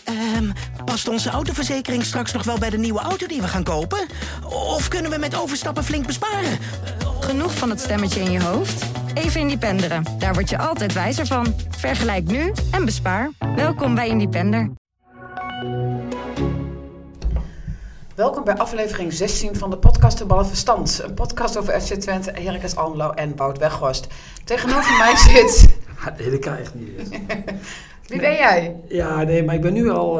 Past onze autoverzekering straks nog wel bij de nieuwe auto die we gaan kopen? Of kunnen we met overstappen flink besparen? Genoeg van het stemmetje in je hoofd? Even Independeren. Daar word je altijd wijzer van. Vergelijk nu en bespaar. Welkom bij Independer. Welkom bij aflevering 16 van de podcast De Ballen Verstand. Een podcast over FC Twente, Heracles Almelo en Wout Weghorst. Tegenover mij zit... Nee, dat kan echt niet. Wie ben jij? Ja, nee, maar ik ben nu al...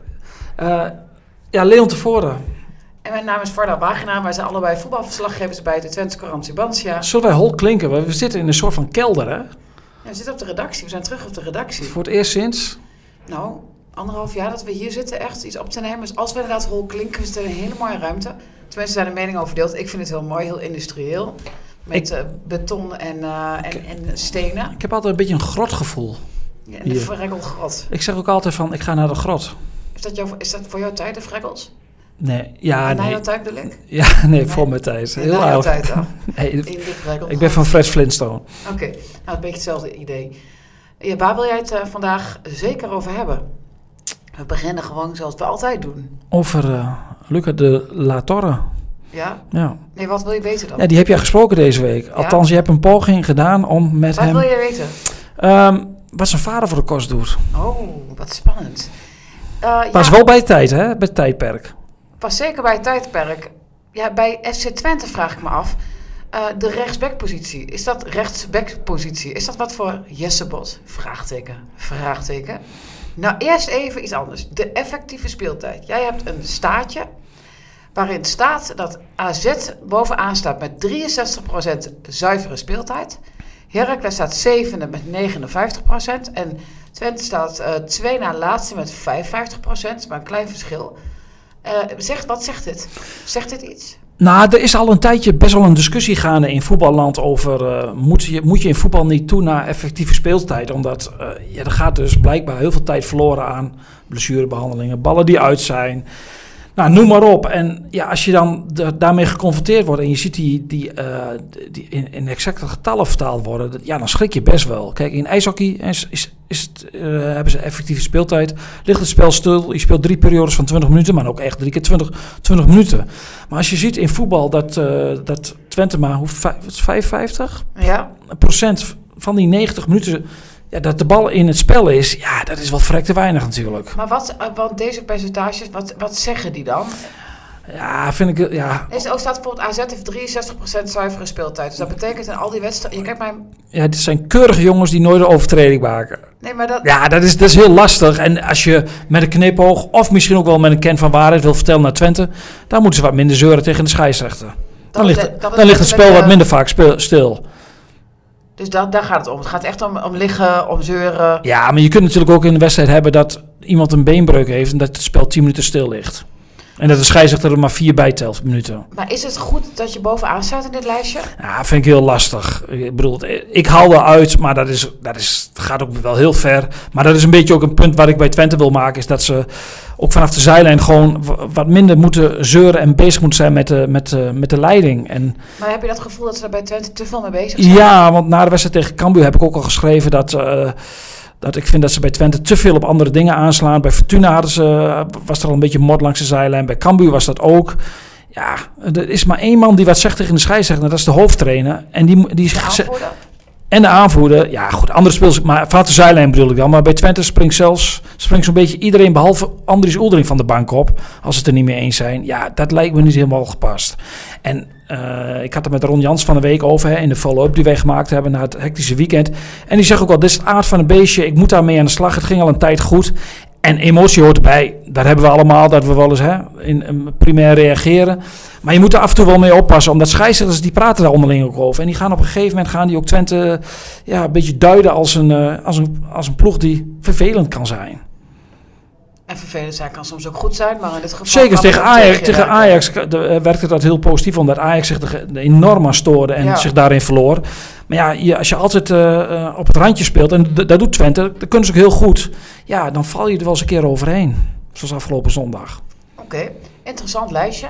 Leon Tevoren. En mijn naam is Varda Wagenaar. Wij zijn allebei voetbalverslaggevers bij de Twentse Courant Tubantia. Zullen wij hol klinken? We zitten in een soort van kelder, hè? Ja, we zitten op de redactie. We zijn terug op de redactie. Voor het eerst sinds? Nou, 1,5 jaar dat we hier zitten echt iets op te nemen. Dus als we inderdaad hol klinken, we zitten in een hele mooie ruimte. Tenminste, zijn de meningen over verdeeld. Ik vind het heel mooi, heel industrieel. Met beton en stenen. Ik heb altijd een beetje een grotgevoel. Ja, en de Vreggelgrot. Ik zeg ook altijd van, ik ga naar de grot. Is dat voor jouw tijd, de Vreggels? Nee, ja, na nee. jouw tijd bedoel ik? Ja, nee, voor mijn tijd. Heel na jouw oud. tijd dan? Nee, ik ben van Fred Flintstone. Oké, nou een beetje hetzelfde idee. Ja, waar wil jij het vandaag zeker over hebben? We beginnen gewoon zoals we altijd doen. Over Luca de La Torre. Ja? Ja. Nee, wat wil je weten dan? Ja, die heb jij gesproken deze week. Ja? Althans, je hebt een poging gedaan om met hem... Wat wil je weten? Wat zijn vader voor de kost doet. Oh, wat spannend. Pas wel bij tijd, hè? Bij het tijdperk. Pas zeker bij het tijdperk. Ja, bij FC Twente vraag ik me af. De rechtsbackpositie. Is dat rechtsbackpositie? Is dat wat voor Jesse Bos? Vraagteken. Nou, eerst even iets anders. De effectieve speeltijd. Jij hebt een staartje waarin staat dat AZ bovenaan staat met 63% zuivere speeltijd. Heracles staat 7e met 59%. En Twente staat 2 na laatste met 55%. Maar een klein verschil. Wat zegt dit? Zegt dit iets? Nou, er is al een tijdje best wel een discussie gaande in voetballand over... moet je in voetbal niet toe naar effectieve speeltijd? Omdat er gaat dus blijkbaar heel veel tijd verloren aan blessurebehandelingen, ballen die uit zijn... Nou, noem maar op. En ja, als je dan daarmee geconfronteerd wordt en je ziet die in exacte getallen vertaald worden, ja, dan schrik je best wel. Kijk, in ijshockey hebben ze effectieve speeltijd. Ligt het spel stil, je speelt 3 periodes van 20 minuten, maar ook echt 3 keer 20 minuten. Maar als je ziet in voetbal dat Twente maar 55% van die 90 minuten... Ja, dat de bal in het spel is, ja, dat is wel vrek te weinig natuurlijk. Maar want deze percentages, wat zeggen die dan? Ja, vind ik... Ja. Staat bijvoorbeeld AZ heeft 63% zuivere speeltijd. Dus dat betekent in al die wedstrijden... Je kijkt mij... Ja, dit zijn keurige jongens die nooit een overtreding maken. Nee, maar dat... Ja, dat is heel lastig. En als je met een knipoog of misschien ook wel met een kern van waarheid wil vertellen naar Twente, dan moeten ze wat minder zeuren tegen de scheidsrechter. Dan ligt het spel wat minder vaak stil. Dus daar gaat het om. Het gaat echt om liggen, om zeuren. Ja, maar je kunt natuurlijk ook in de wedstrijd hebben dat iemand een beenbreuk heeft en dat het spel 10 minuten stil ligt. En dat de scheidsrechter er maar 4 bij telt minuten. Maar is het goed dat je bovenaan staat in dit lijstje? Ja, vind ik heel lastig. Ik bedoel, ik haal eruit, maar dat gaat ook wel heel ver. Maar dat is een beetje ook een punt wat ik bij Twente wil maken, is dat ze ook vanaf de zijlijn gewoon wat minder moeten zeuren en bezig moeten zijn met de leiding. Maar heb je dat gevoel dat ze daar bij Twente te veel mee bezig zijn? Ja, want na de wedstrijd tegen Cambuur heb ik ook al geschreven dat ik vind dat ze bij Twente te veel op andere dingen aanslaan. Bij Fortuna was er al een beetje mod langs de zijlijn. Bij Cambuur was dat ook. Ja, er is maar 1 man die wat zegt tegen de scheidsrechter. Dat is de hoofdtrainer. En die de aanvoerder? En de aanvoerder. Ja, goed, andere spelers. Maar vanaf de zijlijn bedoel ik dan. Maar bij Twente springt zo'n beetje iedereen behalve Andries Oeldering van de bank op. Als ze het er niet mee eens zijn. Ja, dat lijkt me niet helemaal gepast. En ik had het met Ron Jans van de week over, in de follow-up die wij gemaakt hebben na het hectische weekend. En die zegt ook wel, dit is het aard van een beestje. Ik moet daarmee aan de slag. Het ging al een tijd goed. En emotie hoort erbij. Daar hebben we allemaal, dat we wel eens in primair reageren. Maar je moet er af en toe wel mee oppassen. Omdat scheidsrechters, die praten daar onderling ook over. En die gaan op een gegeven moment ook Twente een beetje duiden als een ploeg die vervelend kan zijn. En vervelend zijn kan soms ook goed zijn, maar in dit geval... Zeker, tegen Ajax werkte dat heel positief, omdat Ajax zich er enorm aan stoorde en zich daarin verloor. Maar ja, als je altijd op het randje speelt, en dat doet Twente, dat kunnen ze ook heel goed, ja, dan val je er wel eens een keer overheen. Zoals afgelopen zondag. Oké, interessant lijstje.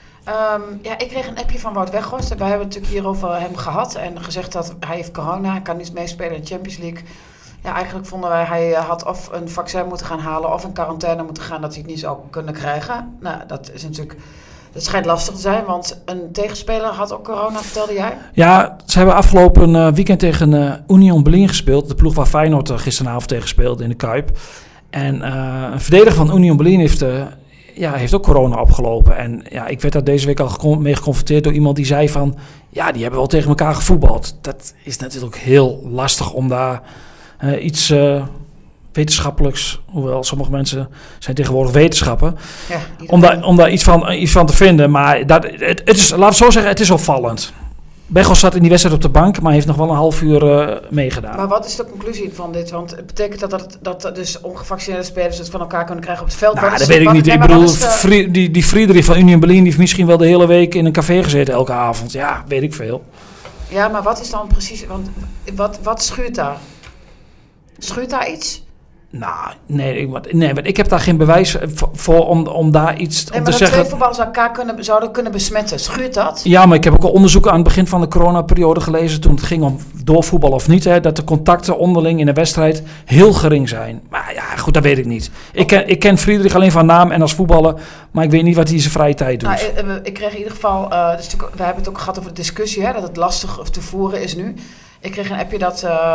Ik kreeg een appje van Wout Weghorst. Wij hebben het natuurlijk hier over hem gehad en gezegd dat hij heeft corona, hij kan niet meespelen in de Champions League. Ja, eigenlijk vonden wij, hij had of een vaccin moeten gaan halen of in quarantaine moeten gaan dat hij het niet zou kunnen krijgen. Nou, dat is natuurlijk, dat schijnt lastig te zijn, want een tegenspeler had ook corona, vertelde jij? Ja, ze hebben afgelopen weekend tegen Union Berlin gespeeld. De ploeg waar Feyenoord gisteravond tegen speelde in de Kuip. En een verdediger van Union Berlin heeft ook corona opgelopen. En ja, ik werd daar deze week al mee geconfronteerd door iemand die zei van... Ja, die hebben wel tegen elkaar gevoetbald. Dat is natuurlijk heel lastig om daar iets wetenschappelijks... Hoewel sommige mensen zijn tegenwoordig wetenschappen. Ja, om daar iets van te vinden. Maar het is, laat het zo zeggen, het is opvallend. Weghorst zat in die wedstrijd op de bank, maar heeft nog wel een half uur meegedaan. Maar wat is de conclusie van dit? Want het betekent dat dus ongevaccineerde spelers het van elkaar kunnen krijgen op het veld? Nou, dat weet ik niet. Ik bedoel, die Friedrich van Union Berlin... die heeft misschien wel de hele week in een café gezeten elke avond. Ja, weet ik veel. Ja, maar wat is dan precies... Want wat schuurt daar? Schuurt daar iets? Nou, nee, want ik heb daar geen bewijs voor om daar iets om te zeggen. Maar dat twee voetballers elkaar zouden kunnen besmetten, schuurt dat? Ja, maar ik heb ook al onderzoeken aan het begin van de coronaperiode gelezen... toen het ging om doorvoetbal of niet... Hè, dat de contacten onderling in een wedstrijd heel gering zijn. Maar ja, goed, dat weet ik niet. Ik ken Friedrich alleen van naam en als voetballer... maar ik weet niet wat hij in zijn vrije tijd doet. Nou, ik kreeg in ieder geval... we hebben het ook gehad over de discussie... Hè, dat het lastig te voeren is nu... Ik kreeg een appje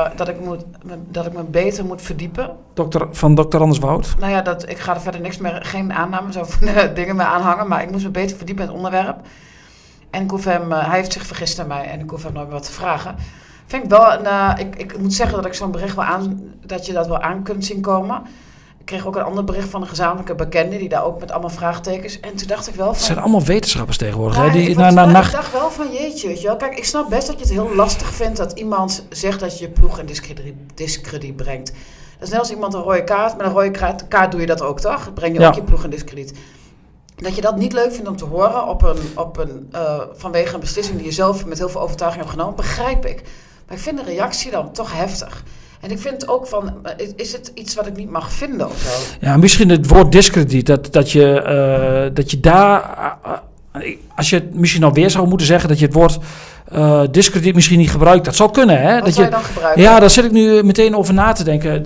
dat ik me beter moet verdiepen. Van dokter Anders Wout? Nou ja, ik ga er verder geen aannames over dingen meer aanhangen. Maar ik moest me beter verdiepen in het onderwerp. En ik hoef hij heeft zich vergist aan mij en ik hoef hem nooit meer wat te vragen. Vind ik wel, ik moet zeggen dat ik zo'n bericht dat je dat wel aan kunt zien komen. Ik kreeg ook een ander bericht van een gezamenlijke bekende, die daar ook met allemaal vraagtekens. En toen dacht ik wel van... Het zijn allemaal wetenschappers tegenwoordig. Ja, hè? Ik dacht wel van jeetje, weet je wel. Kijk, ik snap best dat je het heel lastig vindt dat iemand zegt dat je je ploeg in discrediet brengt. Dat is net als iemand een rode kaart. Met een rode kaart doe je dat ook, toch? Breng je ook je ploeg in discrediet. Dat je dat niet leuk vindt om te horen vanwege een beslissing die je zelf met heel veel overtuiging hebt genomen, begrijp ik. Maar ik vind de reactie dan toch heftig. En ik vind ook van, is het iets wat ik niet mag vinden of zo? Ja, misschien het woord discrediet, dat je daar, als je het misschien nou weer zou moeten zeggen, dat je het woord discrediet misschien niet gebruikt. Dat zou kunnen, hè? Wat zou je dan gebruiken? Ja, daar zit ik nu meteen over na te denken.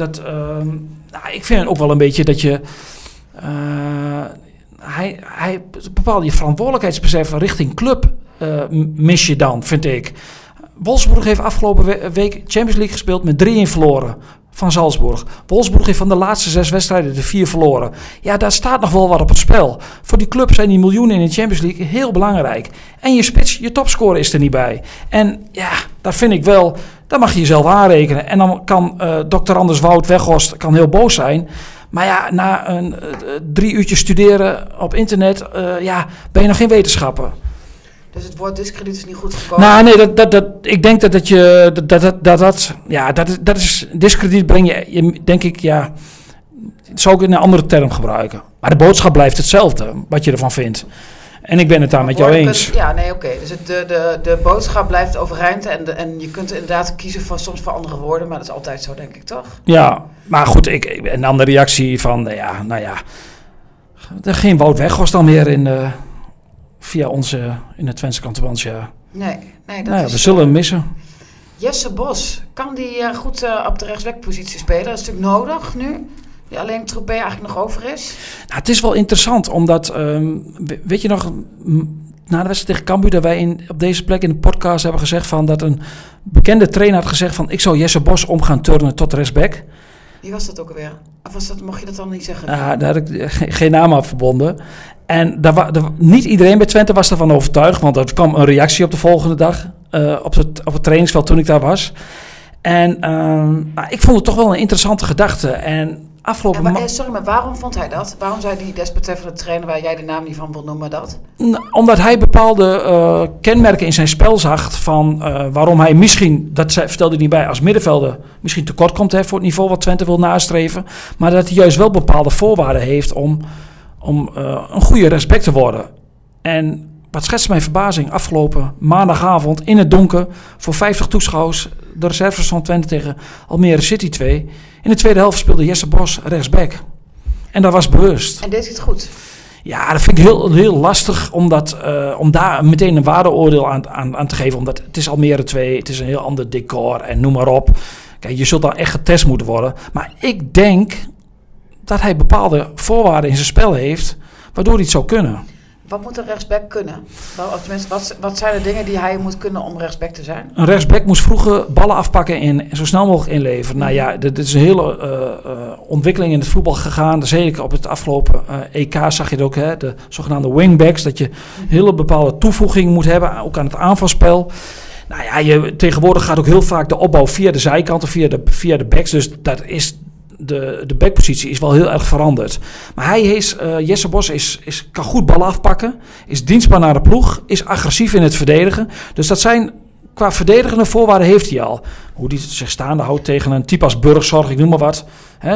Ik vind ook wel een beetje dat je... Hij bepaalde je verantwoordelijkheidsbesef richting club mis je dan, vind ik. Wolfsburg heeft afgelopen week Champions League gespeeld met 3-1 verloren van Salzburg. Wolfsburg heeft van de laatste 6 wedstrijden de 4 verloren. Ja, daar staat nog wel wat op het spel. Voor die club zijn die miljoenen in de Champions League heel belangrijk. En je spits, je topscorer is er niet bij. En ja, daar vind ik wel, daar mag je jezelf aanrekenen. En dan kan Dr. Anders Wout Weghorst kan heel boos zijn. Maar ja, na 3 uurtjes studeren op internet, ben je nog geen wetenschapper. Dus het woord discrediet is niet goed gekomen? Nou, nee, ik denk dat is discrediet breng je, denk ik, ja, zou ik in een andere term gebruiken. Maar de boodschap blijft hetzelfde, wat je ervan vindt. En ik ben het daar met jou eens. Ja, nee, oké. Dus de boodschap blijft overeind en je kunt inderdaad kiezen soms voor andere woorden, maar dat is altijd zo, denk ik, toch? Ja, maar goed, een andere reactie van, geen Wout Weghorst dan meer via onze in het Twentse Kanterbandje. Nee, dat is... We zullen hem missen. Jesse Bos, kan die goed op de rechtsbackpositie spelen? Dat is natuurlijk nodig nu. Die alleen Troepé eigenlijk nog over is. Nou, het is wel interessant, omdat, weet je nog, na de wedstrijd tegen Cambuur, dat wij op deze plek in de podcast hebben gezegd van dat een bekende trainer had gezegd van, ik zou Jesse Bos om gaan turnen tot rechtsback. Wie was dat ook alweer? Of mocht je dat dan niet zeggen? Ja, daar had ik geen naam aan verbonden. En niet iedereen bij Twente was ervan overtuigd, want er kwam een reactie op de volgende dag op het trainingsveld toen ik daar was. En ik vond het toch wel een interessante gedachte. En sorry, maar waarom vond hij dat? Waarom zei die desbetreffende trainer, waar jij de naam niet van wil noemen, dat? Omdat hij bepaalde kenmerken in zijn spel zag van waarom hij misschien, dat vertelde hij niet bij, als middenvelder misschien tekort komt voor het niveau wat Twente wil nastreven. Maar dat hij juist wel bepaalde voorwaarden heeft om een goede rechtsback te worden. En wat schetst mijn verbazing, afgelopen maandagavond in het donker voor 50 toeschouwers, de reserves van Twente tegen Almere City 2. In de tweede helft speelde Jesse Bos rechtsback. En dat was bewust. En deed hij het goed? Ja, dat vind ik heel, heel lastig om daar meteen een waardeoordeel aan te geven. Omdat het is Almere 2, het is een heel ander decor en noem maar op. Kijk, je zult dan echt getest moeten worden. Maar ik denk dat hij bepaalde voorwaarden in zijn spel heeft, waardoor hij het zou kunnen. Wat moet een rechtsback kunnen? Of tenminste, wat zijn de dingen die hij moet kunnen om rechtsback te zijn? Een rechtsback moest vroeger ballen afpakken en zo snel mogelijk inleveren. Nou ja, dit is een hele ontwikkeling in het voetbal gegaan. Zeker op het afgelopen EK zag je het ook, hè, de zogenaamde wingbacks. Dat je hele bepaalde toevoeging moet hebben, ook aan het aanvalspel. Nou ja, tegenwoordig gaat ook heel vaak de opbouw via de zijkanten, via de backs. Dus dat is... De backpositie is wel heel erg veranderd. Maar Jesse Bos kan goed ballen afpakken. Is dienstbaar naar de ploeg. Is agressief in het verdedigen. Dus dat zijn, qua verdedigende voorwaarden heeft hij al. Hoe hij zich staande houdt tegen een type als Burgzorg, ik noem maar wat.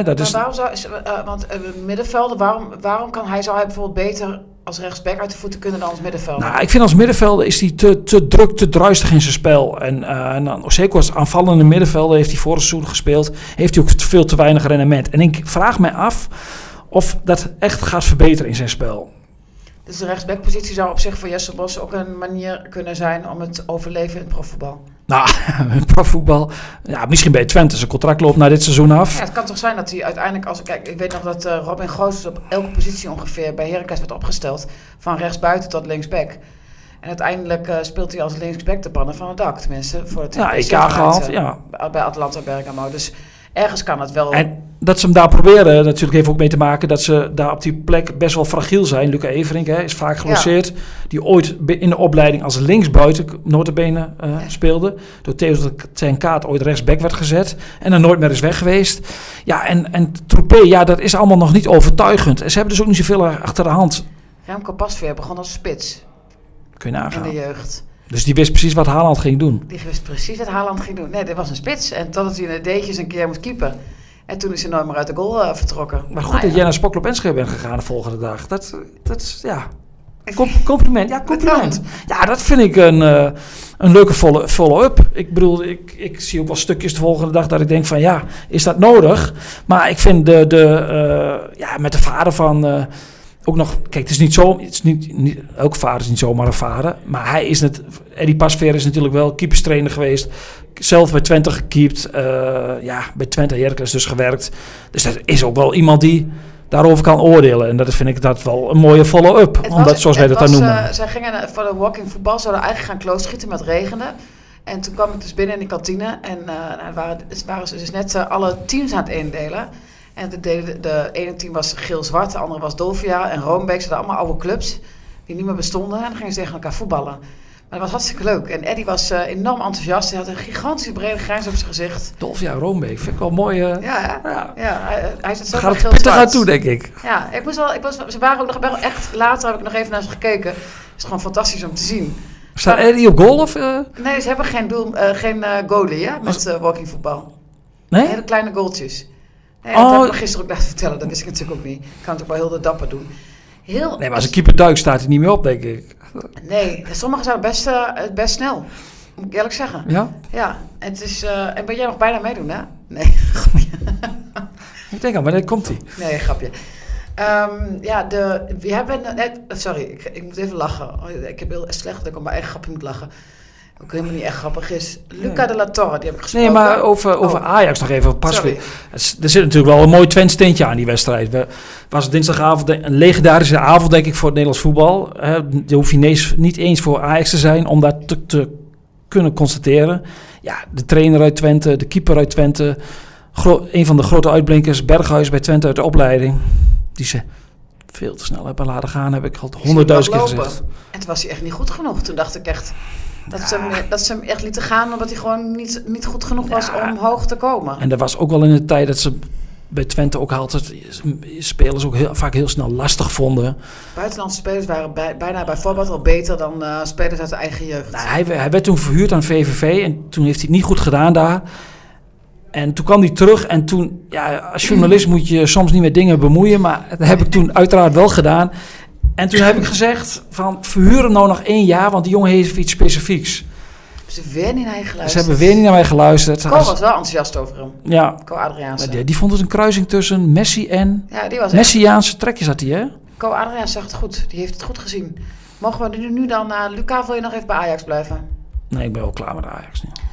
Want middenvelder, waarom zou hij bijvoorbeeld beter als rechtsback uit de voeten kunnen dan als middenvelder? Nou, ik vind als middenvelder is hij te druk, te druistig in zijn spel. En dan, zeker als aanvallende middenvelder heeft hij vorig seizoen gespeeld. Heeft hij ook veel te weinig rendement. En ik vraag me af of dat echt gaat verbeteren in zijn spel. Dus de rechtsbackpositie zou op zich voor Jesse Bos ook een manier kunnen zijn om het te overleven in het profvoetbal? Nou, profvoetbal. Ja, misschien bij Twente. Zijn contract loopt na dit seizoen af. Ja, het kan toch zijn dat hij uiteindelijk... Kijk, ik weet nog dat Robin Goossens op elke positie ongeveer bij Heracles werd opgesteld. Van rechtsbuiten tot linksback. En uiteindelijk speelt hij als linksback de pannen van het dak. Tenminste, voor het EK gehaald, bij Atalanta Bergamo. Dus ergens kan het wel... En dat ze hem daar proberen, natuurlijk heeft ook mee te maken dat ze daar op die plek best wel fragiel zijn. Luca Everink is vaak geblesseerd. Die ooit in de opleiding als linksbuiten nota bene speelde. Door Theo ten Kaat ooit rechtsback werd gezet. En dan nooit meer is weg geweest. Ja, en Troepé, dat is allemaal nog niet overtuigend. En ze hebben dus ook niet zoveel achter de hand. Remco Pasveer begon als spits. Kun je nagaan. In de jeugd. Dus die wist precies wat Haaland ging doen. Die wist precies wat Haaland ging doen. Nee, dit was een spits. En totdat hij in de deetjes een keer moest keeper. En toen is hij nooit meer uit de goal vertrokken. Maar goed dat jij naar Spokklop Enschede bent gegaan de volgende dag. Dat is, compliment. Ja, compliment. Ja, dat vind ik een leuke follow-up. Ik bedoel, ik zie ook wel stukjes de volgende dag dat ik denk van is dat nodig? Maar ik vind met de vader van... ook nog, kijk, het is niet zo, elke vader is niet zomaar een vader, maar hij is Eddie Pasveer is natuurlijk wel keeperstrainer geweest, zelf bij Twente gekiept, bij Twente Heracles dus gewerkt, dus dat is ook wel iemand die daarover kan oordelen en dat vind ik dat wel een mooie follow-up, zoals wij dat dan noemen. Zij gingen voor de walking voetbal, zouden eigenlijk gaan klooschieten met regenen. En toen kwam ik dus binnen in de kantine en waren ze dus net alle teams aan het indelen. En de ene team was geel-zwart, de andere was Dolvia en Roombeek. Ze hadden allemaal oude clubs die niet meer bestonden. En dan gingen ze tegen elkaar voetballen. Maar dat was hartstikke leuk. En Eddie was enorm enthousiast. Hij had een gigantische brede grijns op zijn gezicht. Dolvia en Roombeek, vind ik wel mooi. Hij zat zo gaat het pittig aan toe, denk ik. Ja, ze waren ook nog wel echt... Later heb ik nog even naar ze gekeken. Het is gewoon fantastisch om te zien. Staat Eddie op goal? Of, Nee, ze hebben geen goalie met walkingvoetbal. Nee? Hele kleine goaltjes. Nee, dat heb ik me gisteren ook laten vertellen. Dat wist ik natuurlijk ook niet. Ik kan het ook wel heel de dapper doen. Nee, maar als een keeper duikt staat hij niet meer op, denk ik. Nee, sommigen zijn best snel. Moet ik eerlijk zeggen. Ja? Ja. Het is, en ben jij nog bijna meedoen, hè? Nee, grapje. Ik denk al, wanneer komt hij? Nee, grapje. We hebben net... Sorry, ik moet even lachen. Ik heb heel slecht dat ik op mijn eigen grapje moet lachen. Ook helemaal niet echt grappig is. Luca de la Torre, die heb ik gesproken. Nee, maar over Ajax nog even. Er zit natuurlijk wel een mooi Twente-steentje aan die wedstrijd. Was dinsdagavond een legendarische avond, denk ik, voor het Nederlands voetbal. Je hoeft niet eens voor Ajax te zijn om dat te kunnen constateren. Ja, de trainer uit Twente, de keeper uit Twente. Een van de grote uitblinkers, Berghuis bij Twente uit de opleiding. Die ze veel te snel hebben laten gaan, heb ik al 100.000 keer gezegd. En toen was hij echt niet goed genoeg. Toen dacht ik echt... Dat ze hem echt lieten gaan omdat hij gewoon niet goed genoeg was om hoog te komen. En er was ook wel in de tijd dat ze bij Twente ook altijd spelers ook vaak heel snel lastig vonden. Buitenlandse spelers waren bijna bijvoorbeeld al beter dan spelers uit de eigen jeugd. Nou, hij werd toen verhuurd aan VVV en toen heeft hij het niet goed gedaan daar. En toen kwam hij terug en toen, als journalist moet je soms niet met dingen bemoeien, maar dat heb ik toen uiteraard wel gedaan. En toen heb ik gezegd van verhuur hem nou nog 1 jaar, want die jongen heeft iets specifieks. Ze hebben weer niet naar je geluisterd. Ze hebben weer niet naar mij geluisterd. Co was wel enthousiast over hem. Ja. Co Adriaanse. Die vond het een kruising tussen Messi en... Ja, die was Messiaanse trekjes had hij, hè? Co Adriaanse zag het goed. Die heeft het goed gezien. Mogen we nu dan... Luca, wil je nog even bij Ajax blijven? Nee, ik ben wel klaar met Ajax nu.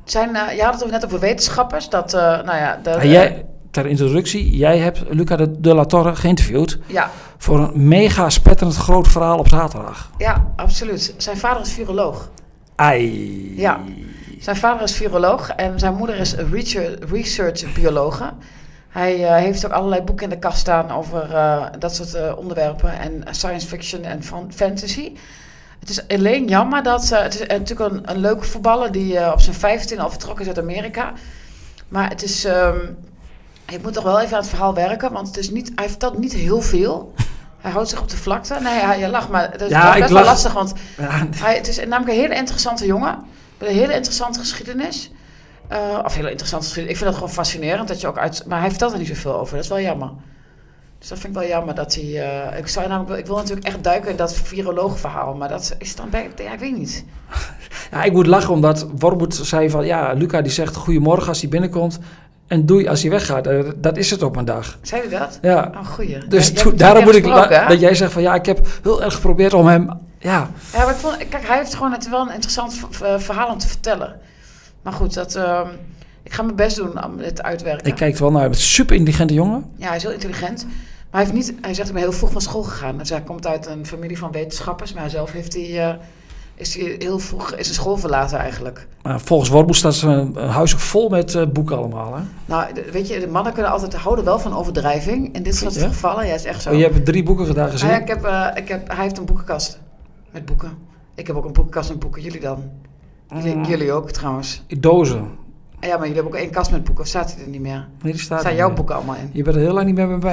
Je had het net over wetenschappers. Ter introductie, jij hebt Luca de la Torre geïnterviewd. Ja. Voor een mega spetterend groot verhaal op zaterdag. Ja, absoluut. Zijn vader is viroloog. Ai. Ja. Zijn vader is viroloog en zijn moeder is research-biologe. Hij heeft ook allerlei boeken in de kast staan over dat soort onderwerpen. En science fiction en fantasy. Het is alleen jammer dat... het is natuurlijk een leuke voetballer die op zijn 15 al vertrokken is uit Amerika. Maar het is... je moet toch wel even aan het verhaal werken, want hij vertelt niet heel veel. Hij houdt zich op de vlakte. Nee, je lacht, maar dat is best wel lastig, want het is namelijk een hele interessante jongen. Met een hele interessante geschiedenis. Hele interessante geschiedenis. Ik vind dat gewoon fascinerend, dat je ook maar hij vertelt er niet zoveel over, dat is wel jammer. Dus dat vind ik wel jammer dat hij... ik wil natuurlijk echt duiken in dat virologenverhaal, maar dat is dan ik weet niet. Ja, ik moet lachen omdat Wormoed zei van... Ja, Luca die zegt goedemorgen als hij binnenkomt... En doei als hij weggaat. Dat is het op een dag. Zei hij dat? Ja. Oh, goeie. Dus daarom moet ik... Dat jij zegt van... Ja, ik heb heel erg geprobeerd om hem... Ja, maar ik vond... Kijk, hij heeft gewoon wel een interessant verhaal om te vertellen. Maar goed, ik ga mijn best doen om dit uitwerken. Ik kijk er wel naar. Een super intelligente jongen. Ja, hij is heel intelligent. Maar hij zegt, ik ben heel vroeg van school gegaan. Dus hij komt uit een familie van wetenschappers. Maar zelf is hij heel vroeg zijn school verlaten eigenlijk. Maar volgens Wormoed staat zijn huis ook vol met boeken allemaal. Hè? Nou, weet je, de mannen houden wel van overdrijving. In dit soort gevallen, ja, is echt zo. Oh, je hebt 3 boeken gedaan gezien? Ja, hij heeft een boekenkast met boeken. Ik heb ook een boekenkast met boeken. Jullie dan? Jullie ook trouwens. Dozen. Ja, maar jullie hebben ook 1 kast met boeken. Of staat hij er niet meer? Nee, die staat staan jouw boeken allemaal in. Je bent er heel lang niet meer bij.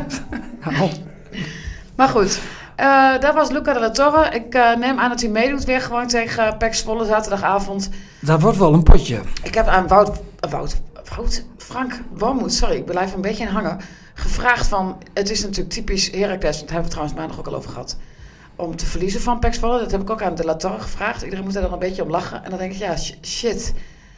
Maar goed, dat was Luca de la Torre. Ik neem aan dat hij meedoet weer gewoon tegen PEC Zwolle zaterdagavond. Dat wordt wel een potje. Ik heb aan Frank Wormoed, sorry, ik blijf een beetje in hangen, gevraagd van, het is natuurlijk typisch Heracles, daar hebben we trouwens maandag ook al over gehad, om te verliezen van PEC Zwolle. Dat heb ik ook aan de la Torre gevraagd. Iedereen moet er dan een beetje om lachen. En dan denk ik, ja, shit.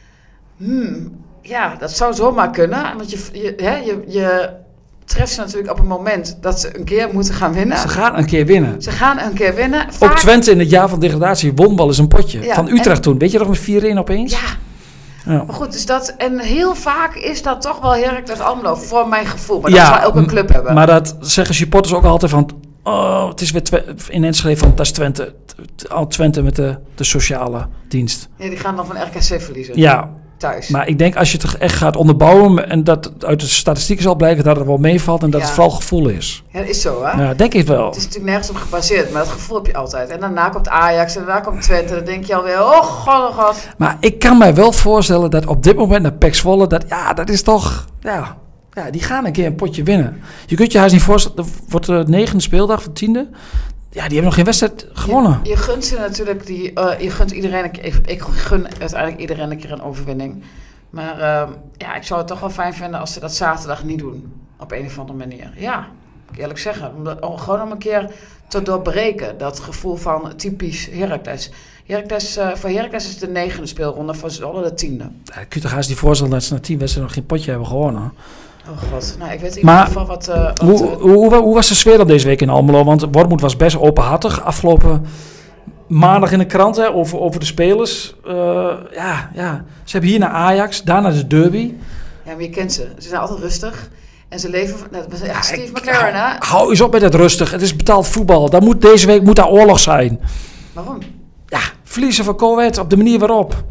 Ja, dat zou zomaar kunnen. Want je treft ze natuurlijk op een moment dat ze een keer moeten gaan winnen. Ze gaan een keer winnen. Vaak... Ook Twente in het jaar van degradatie won wel eens een potje. Ja, van Utrecht toen. Weet je nog met 4-1 opeens? Ja. Maar goed, dus en heel vaak is dat toch wel Heracles Almelo, voor mijn gevoel. Maar dat zou ook een club hebben. Maar dat zeggen supporters ook altijd van... Oh, het is weer in Enschede van dat is Twente met de sociale dienst. Ja, die gaan dan van RKC verliezen. Ja. Thuis. Maar ik denk als je het echt gaat onderbouwen... en dat uit de statistieken zal blijken dat het wel meevalt... en dat het vooral gevoel is. Ja, dat is zo, hè? Ja, denk ik wel. Het is natuurlijk nergens op gebaseerd, maar dat gevoel heb je altijd. En daarna komt Ajax en daarna komt Twente. Dan denk je alweer, oh god. Maar ik kan mij wel voorstellen dat op dit moment naar PEC Zwolle... dat is toch... Ja, die gaan een keer een potje winnen. Je kunt je haast niet voorstellen... Er wordt de 9e speeldag van 10e... Ja, die hebben nog geen wedstrijd gewonnen. Je gunt ze natuurlijk, je gunt iedereen, ik gun uiteindelijk iedereen een keer een overwinning. Maar ik zou het toch wel fijn vinden als ze dat zaterdag niet doen. Op een of andere manier. Ja, moet ik eerlijk zeggen. Gewoon om een keer te doorbreken. Dat gevoel van typisch Heracles. Voor Heracles is het de 9e speelronde, voor Zwolle de 10e. Ja, kun je toch haast niet voorstellen dat ze na 10 wedstrijden nog geen potje hebben gewonnen. Oh god, nou ik weet in ieder geval wat... Hoe was de sfeer dan deze week in Almelo? Want Wormoed was best openhartig. Afgelopen maandag in de krant over de spelers. Ze hebben hier naar Ajax, daarna de derby. Ja, maar je kent ze. Ze zijn altijd rustig. En ze leven... dat was echt Steve McLaren, hè? Hou eens op met het rustig. Het is betaald voetbal. Deze week moet daar oorlog zijn. Waarom? Ja, verliezen van Coët op de manier waarop.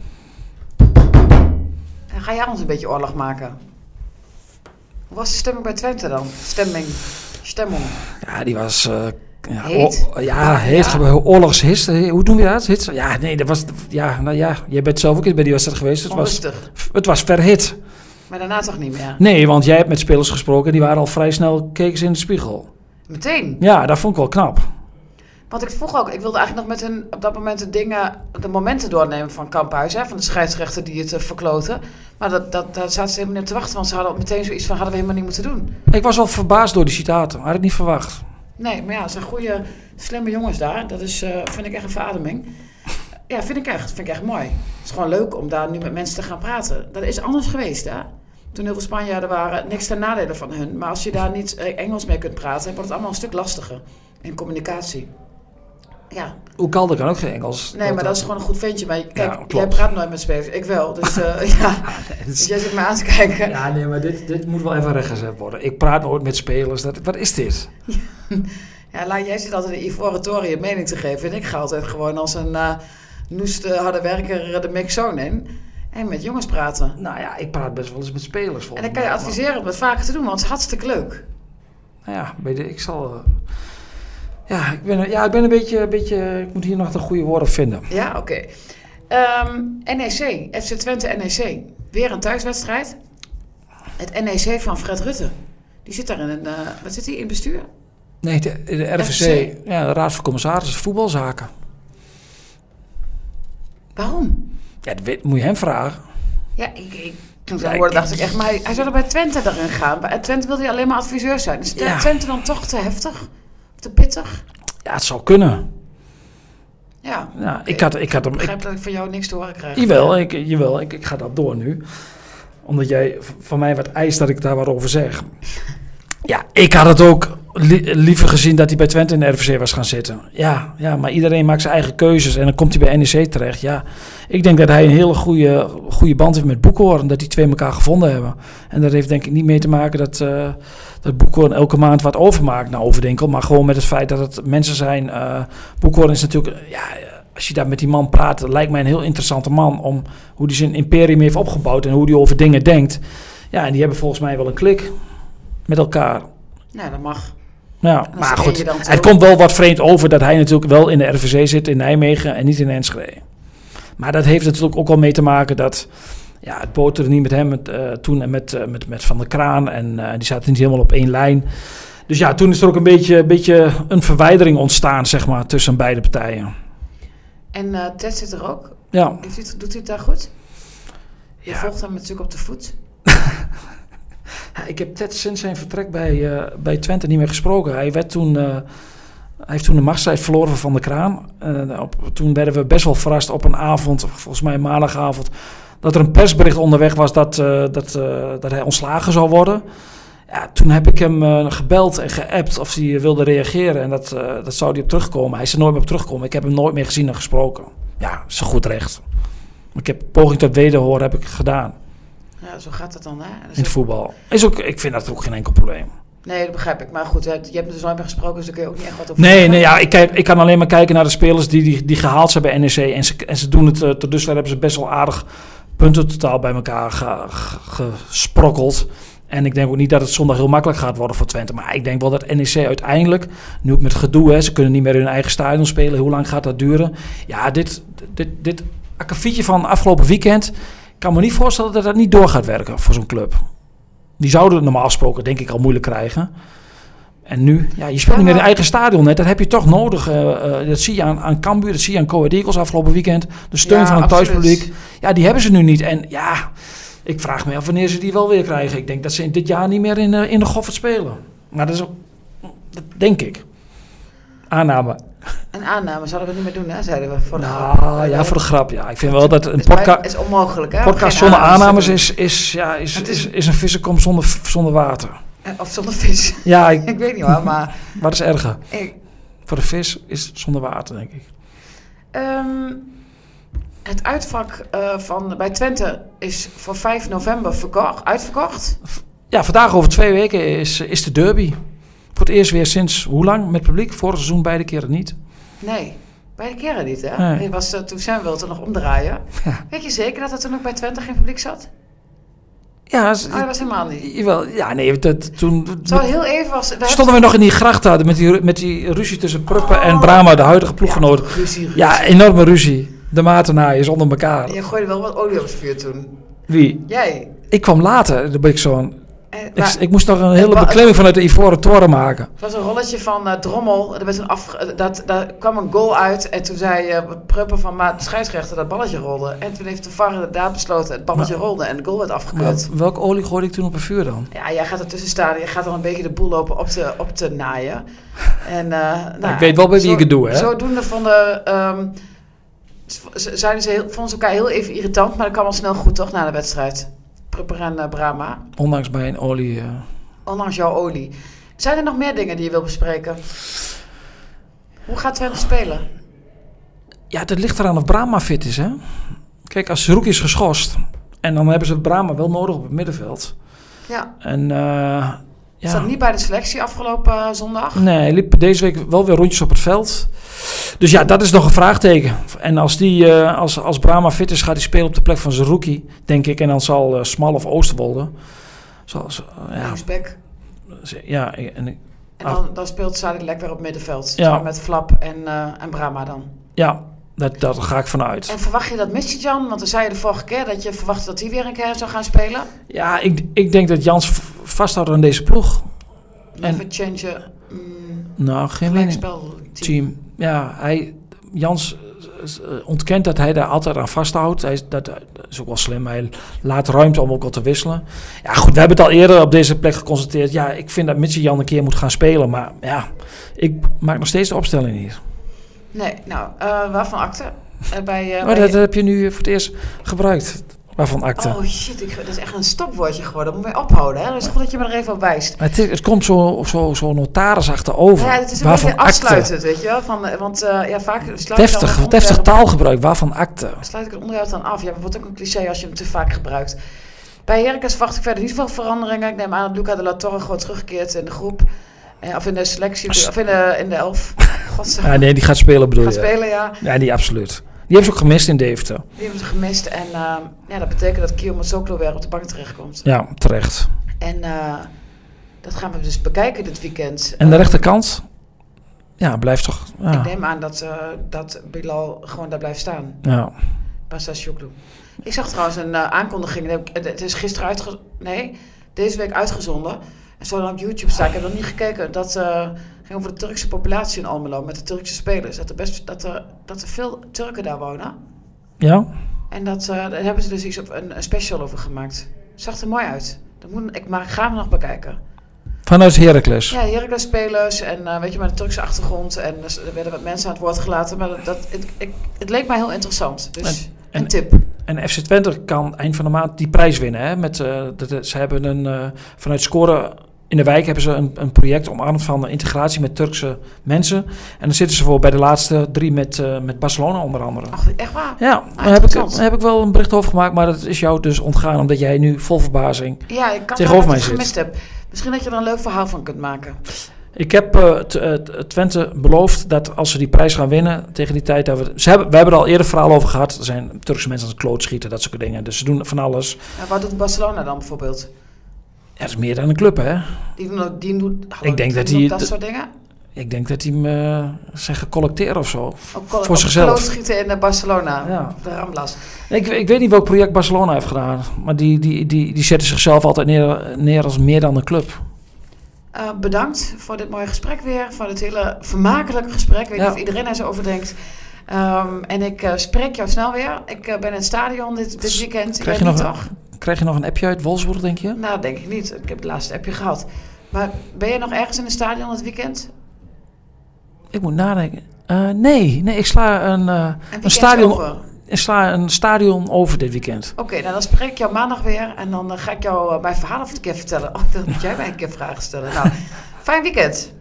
En ga jij ons een beetje oorlog maken? Hoe was de stemming bij Twente dan? Stemming. Ja, die was... heet? Heet. Oorlogshist. Hoe noem je dat? Ja, nee, dat was... Ja, nou ja, jij bent zelf ook bij die wedstrijd geweest. Het was verhit. Maar daarna toch niet meer? Nee, want jij hebt met spelers gesproken. Die waren al vrij snel, keken ze in de spiegel. Meteen? Ja, dat vond ik wel knap. Want ik vroeg ook, ik wilde eigenlijk nog met hun op dat moment de momenten doornemen van Kamphuis, hè, van de scheidsrechter die het verkloten. Maar daar zaten ze helemaal niet op te wachten, want ze hadden meteen zoiets van, hadden we helemaal niet moeten doen. Ik was wel verbaasd door die citaten, had ik niet verwacht. Nee, maar ja, het zijn goede, slimme jongens daar. Dat is, vind ik echt een verademing. Ja, vind ik echt mooi. Het is gewoon leuk om daar nu met mensen te gaan praten. Dat is anders geweest, hè. Toen heel veel Spanjaarden waren, niks ten nadele van hun. Maar als je daar niet Engels mee kunt praten, wordt het allemaal een stuk lastiger in communicatie. Ja. Oekalde kan ook geen Engels. Nee, maar dat is gewoon een goed ventje. Maar kijk, klopt. jij praat nooit met spelers. Ik wel. Dus Dus jij zit me aan te kijken. Ja, nee, maar dit moet wel even rechtgezet worden. Ik praat nooit met spelers. Wat is dit? Ja, jij zit altijd in ivoren toren je mening te geven. En ik ga altijd gewoon als een noeste harde werker de mixzone in. En met jongens praten. Nou ja, ik praat best wel eens met spelers. En dan kan je adviseren om het vaker te doen, want het is hartstikke leuk. Nou ja, ik zal... ik ben een beetje... Ik moet hier nog de goede woorden vinden. Ja, oké. NEC, FC Twente NEC. Weer een thuiswedstrijd. Het NEC van Fred Rutte. Die zit daar in een... wat zit hij in bestuur? Nee, de RVC. Ja, de Raad van Commissarissen Voetbalzaken. Waarom? Ja, dat moet je hem vragen. Ja, toen ze hoorde dacht ik echt, maar hij zou er bij Twente erin gaan. Bij Twente wilde hij alleen maar adviseur zijn. Is Twente dan toch te heftig? Of te pittig? Ja, het zou kunnen. Ja. Ik had hem... Ik begrijp dat ik van jou niks te horen krijg. Jawel, ik ga dat door nu. Omdat jij van mij wat eist dat ik daar wat over zeg. Ja, ik had het ook liever gezien dat hij bij Twente in de RVC was gaan zitten. Ja, maar iedereen maakt zijn eigen keuzes en dan komt hij bij NEC terecht. Ja, ik denk dat hij een hele goede band heeft met Boekhoorn, dat die twee elkaar gevonden hebben. En dat heeft denk ik niet mee te maken dat Boekhoorn elke maand wat overmaakt naar Overdenkel, maar gewoon met het feit dat het mensen zijn. Boekhoorn is natuurlijk, als je daar met die man praat, lijkt mij een heel interessante man om hoe hij zijn imperium heeft opgebouwd en hoe hij over dingen denkt. Ja, en die hebben volgens mij wel een klik met elkaar. Ja, dat mag. Ja, maar goed, het komt wel wat vreemd over dat hij natuurlijk wel in de RVC zit in Nijmegen en niet in Enschede. Maar dat heeft natuurlijk ook wel mee te maken dat het boterde niet met hem toen en met Van der Kraan en die zaten niet helemaal op één lijn. Dus ja, toen is er ook een beetje een verwijdering ontstaan, zeg maar, tussen beide partijen. En Ted zit er ook? Ja. Doet hij het daar goed? Je volgt hem natuurlijk op de voet. Ja, ik heb Ted sinds zijn vertrek bij Twente niet meer gesproken. Hij heeft toen de machtsstrijd verloren van der Kraan. Toen werden we best wel verrast op een avond, volgens mij maandagavond, dat er een persbericht onderweg was dat hij ontslagen zou worden. Ja, toen heb ik hem gebeld en geappt of hij wilde reageren. En dat zou hij op terugkomen. Hij is er nooit meer op teruggekomen. Ik heb hem nooit meer gezien en gesproken. Ja, is een goed recht. Ik heb poging tot wederhoor heb ik gedaan. Ja, zo gaat het dan, hè? In het voetbal. Ik vind dat ook geen enkel probleem. Nee, dat begrijp ik. Maar goed, je hebt dus nooit meer gesproken, dus daar kun je ook niet echt wat over zeggen. Ik kan alleen maar kijken naar de spelers die gehaald zijn bij NEC. En ze doen het, tot dusver hebben ze best wel aardig punten totaal bij elkaar gesprokkeld. En ik denk ook niet dat het zondag heel makkelijk gaat worden voor Twente. Maar ik denk wel dat NEC uiteindelijk, nu ook met gedoe, ze kunnen niet meer in hun eigen stadion spelen. Hoe lang gaat dat duren? Ja, dit akkefietje van afgelopen weekend, ik kan me niet voorstellen dat dat niet door gaat werken voor zo'n club. Die zouden het normaal gesproken denk ik al moeilijk krijgen. En nu, je speelt niet meer in je eigen stadion. Dat heb je toch nodig. Dat zie je aan Cambuur, dat zie je aan Go Ahead Eagles afgelopen weekend. De steun van het thuispubliek. Ja, die hebben ze nu niet. En ik vraag me af wanneer ze die wel weer krijgen. Ik denk dat ze dit jaar niet meer in de Goffert spelen. Maar dat is ook, dat denk ik. Aanname. Een aanname zouden we niet meer doen, hè? Zeiden we voor de grap. Voor de grap, ja. Ik vind wel dat een podcast is onmogelijk, hè? Podcast zonder aannames is een vissenkom zonder water. Of zonder vis. Ja, ik weet niet hoor, maar... Wat is erger? Voor de vis is zonder water, denk ik. Het uitvak bij Twente is voor 5 november uitverkocht. Ja, vandaag over 2 weken is de derby. Voor het eerst weer sinds hoe lang met publiek? Vorig seizoen beide keren niet. Nee, beide keren niet, hè? Nee. Toen zijn we het er nog omdraaien. Ja. Weet je zeker dat er toen ook bij Twente geen publiek zat? Ja, dat was helemaal niet. Jawel, ja, nee, toen... Zo heel even was... Stonden we nog in die gracht met die ruzie tussen Pruppen en Brama, de huidige ploeggenoot. Ruzie. Ja, enorme ruzie. De matenaaien onder elkaar. En je gooide wel wat olie op het vuur toen. Wie? Jij. Ik kwam later, dan ben ik zo'n... Ik moest nog een hele beklimming vanuit de Ivoren Toren maken. Het was een rolletje van Drommel. Daar kwam een goal uit. En toen zei Pruppen van de scheidsrechter dat balletje rolde. En toen heeft de VAR inderdaad besloten het balletje rolde. En de goal werd afgekeurd. Welke olie gooide ik toen op het vuur dan? Ja, jij gaat ertussen staan. Je gaat dan een beetje de boel lopen op te naaien. En, ik weet wel bij wie ik het doe, hè? Zodoende vonden ze elkaar heel even irritant. Maar dat kwam al snel goed, toch, na de wedstrijd. Prupper en Brama. Ondanks mijn olie. Ondanks jouw olie. Zijn er nog meer dingen die je wil bespreken? Hoe gaat Twente spelen? Ja, dat ligt eraan of Brahma fit is, hè. Kijk, als Zerouki is geschorst... en dan hebben ze Brahma wel nodig op het middenveld. Ja. En... Is dat niet bij de selectie afgelopen zondag? Nee, hij liep deze week wel weer rondjes op het veld. Dus ja, dat is nog een vraagteken. En als Brahma fit is, gaat hij spelen op de plek van Zerouki, denk ik. En dan zal Smal of Oosterwolde... Linksback. Ja, En dan speelt Sadilek weer op middenveld. Ja. Samen met Flap en Brahma dan. Ja, daar ga ik vanuit. En verwacht je dat Mistjan? Want dan zei je de vorige keer dat je verwachtte dat hij weer een keer zou gaan spelen. Ja, ik denk dat Jans vasthoudt aan deze ploeg. Even change. Nou, geen gelijkspelteam. Ja, Jans ontkent dat hij daar altijd aan vasthoudt. Dat is ook wel slim. Hij laat ruimte om ook al te wisselen. Ja, goed, we hebben het al eerder op deze plek geconstateerd. Ja, ik vind dat Mistjan een keer moet gaan spelen. Maar ja, ik maak nog steeds de opstelling hier. Nee, nou, waarvan akte? Dat heb je nu voor het eerst gebruikt. Waarvan akte? Oh shit, dat is echt een stopwoordje geworden. Dat moet je ophouden, hè? Het is goed dat je me er even op wijst. Het komt zo notarisachtig over. Ja, het is een beetje afsluitend, weet je wel. Want vaak deftig taalgebruik, waarvan akte? Sluit ik het onderhoud dan af. Ja, maar wordt ook een cliché als je hem te vaak gebruikt. Bij Heracles verwacht ik verder niet veel veranderingen. Ik neem aan dat Luca de la Torre gewoon terugkeert in de groep. Of in de selectie, of in de 11. Ja, nee, die gaat spelen bedoel je? Gaat spelen, ja. Ja, die absoluut. Die hebben ze ook gemist in Deventer. Die hebben ze gemist en dat betekent dat Kio Mazzoclo weer op de bank terechtkomt. Ja, terecht. En dat gaan we dus bekijken dit weekend. En de rechterkant? Ja, blijft toch... Ja. Ik neem aan dat Bilal gewoon daar blijft staan. Ja. Bassasjoglu. Ik zag trouwens een aankondiging. Het is gisteren deze week uitgezonden. En zo dan op YouTube staat. Ik heb nog niet gekeken. Dat ging over de Turkse populatie in Almelo met de Turkse spelers. Dat er veel Turken daar wonen. Ja. En daar hebben ze dus iets op een special over gemaakt. Zag er mooi uit. Maar gaan we nog bekijken. Vanuit Heracles? Ja, Heracles spelers en weet je, met de Turkse achtergrond. En er werden wat mensen aan het woord gelaten. Maar het leek mij heel interessant. Dus een tip. En FC Twente kan eind van de maand die prijs winnen. Hè? Ze hebben vanuit Scoren in de wijk hebben ze een project omarmd van integratie met Turkse mensen. En dan zitten ze voor bij de laatste 3 met Barcelona onder andere. Ach, echt waar? Ja, daar heb ik wel een bericht over gemaakt. Maar dat is jou dus ontgaan omdat jij nu vol verbazing tegenover mij zit. Gemist heb. Misschien dat je er een leuk verhaal van kunt maken. Ik heb Twente beloofd dat als ze die prijs gaan winnen tegen die tijd... We hebben er al eerder verhaal over gehad. Er zijn Turkse mensen aan het klootschieten, dat soort dingen. Dus ze doen van alles. Ja, wat doet Barcelona dan bijvoorbeeld? Ja, dat is meer dan een club, hè? Die doet dat soort dingen? Ik denk dat die hem zeggen collecteren of zo. Voor zichzelf. Klootschieten in Barcelona. Ja. De Ramblas. Ik weet niet welk project Barcelona heeft gedaan. Maar die zetten zichzelf altijd neer als meer dan een club. Bedankt voor dit mooie gesprek weer. Voor dit hele vermakelijke gesprek. Ik weet niet of iedereen er zo over denkt. En ik spreek jou snel weer. Ik ben in het stadion dit weekend. Krijg je nog een appje uit Wolfsburg, denk je? Nou, denk ik niet. Ik heb het laatste appje gehad. Maar ben je nog ergens in het stadion dit weekend? Ik moet nadenken. Nee, ik sla een stadion over. Ik sla een stadion over dit weekend. Oké, nou dan spreek ik jou maandag weer. En dan ga ik jou mijn verhaal een keer vertellen. Dan moet jij mij een keer vragen stellen. Nou, fijn weekend.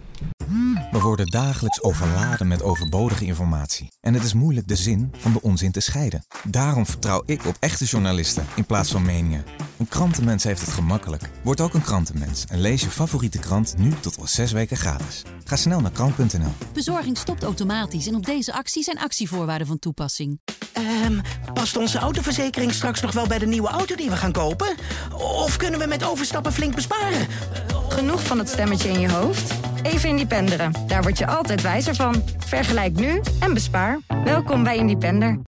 We worden dagelijks overladen met overbodige informatie. En het is moeilijk de zin van de onzin te scheiden. Daarom vertrouw ik op echte journalisten in plaats van meningen. Een krantenmens heeft het gemakkelijk. Word ook een krantenmens en lees je favoriete krant nu tot al 6 weken gratis. Ga snel naar krant.nl. Bezorging stopt automatisch en op deze actie zijn actievoorwaarden van toepassing. Past onze autoverzekering straks nog wel bij de nieuwe auto die we gaan kopen? Of kunnen we met overstappen flink besparen? Genoeg van het stemmetje in je hoofd? Even Independeren. Daar word je altijd wijzer van. Vergelijk nu en bespaar. Welkom bij Independer.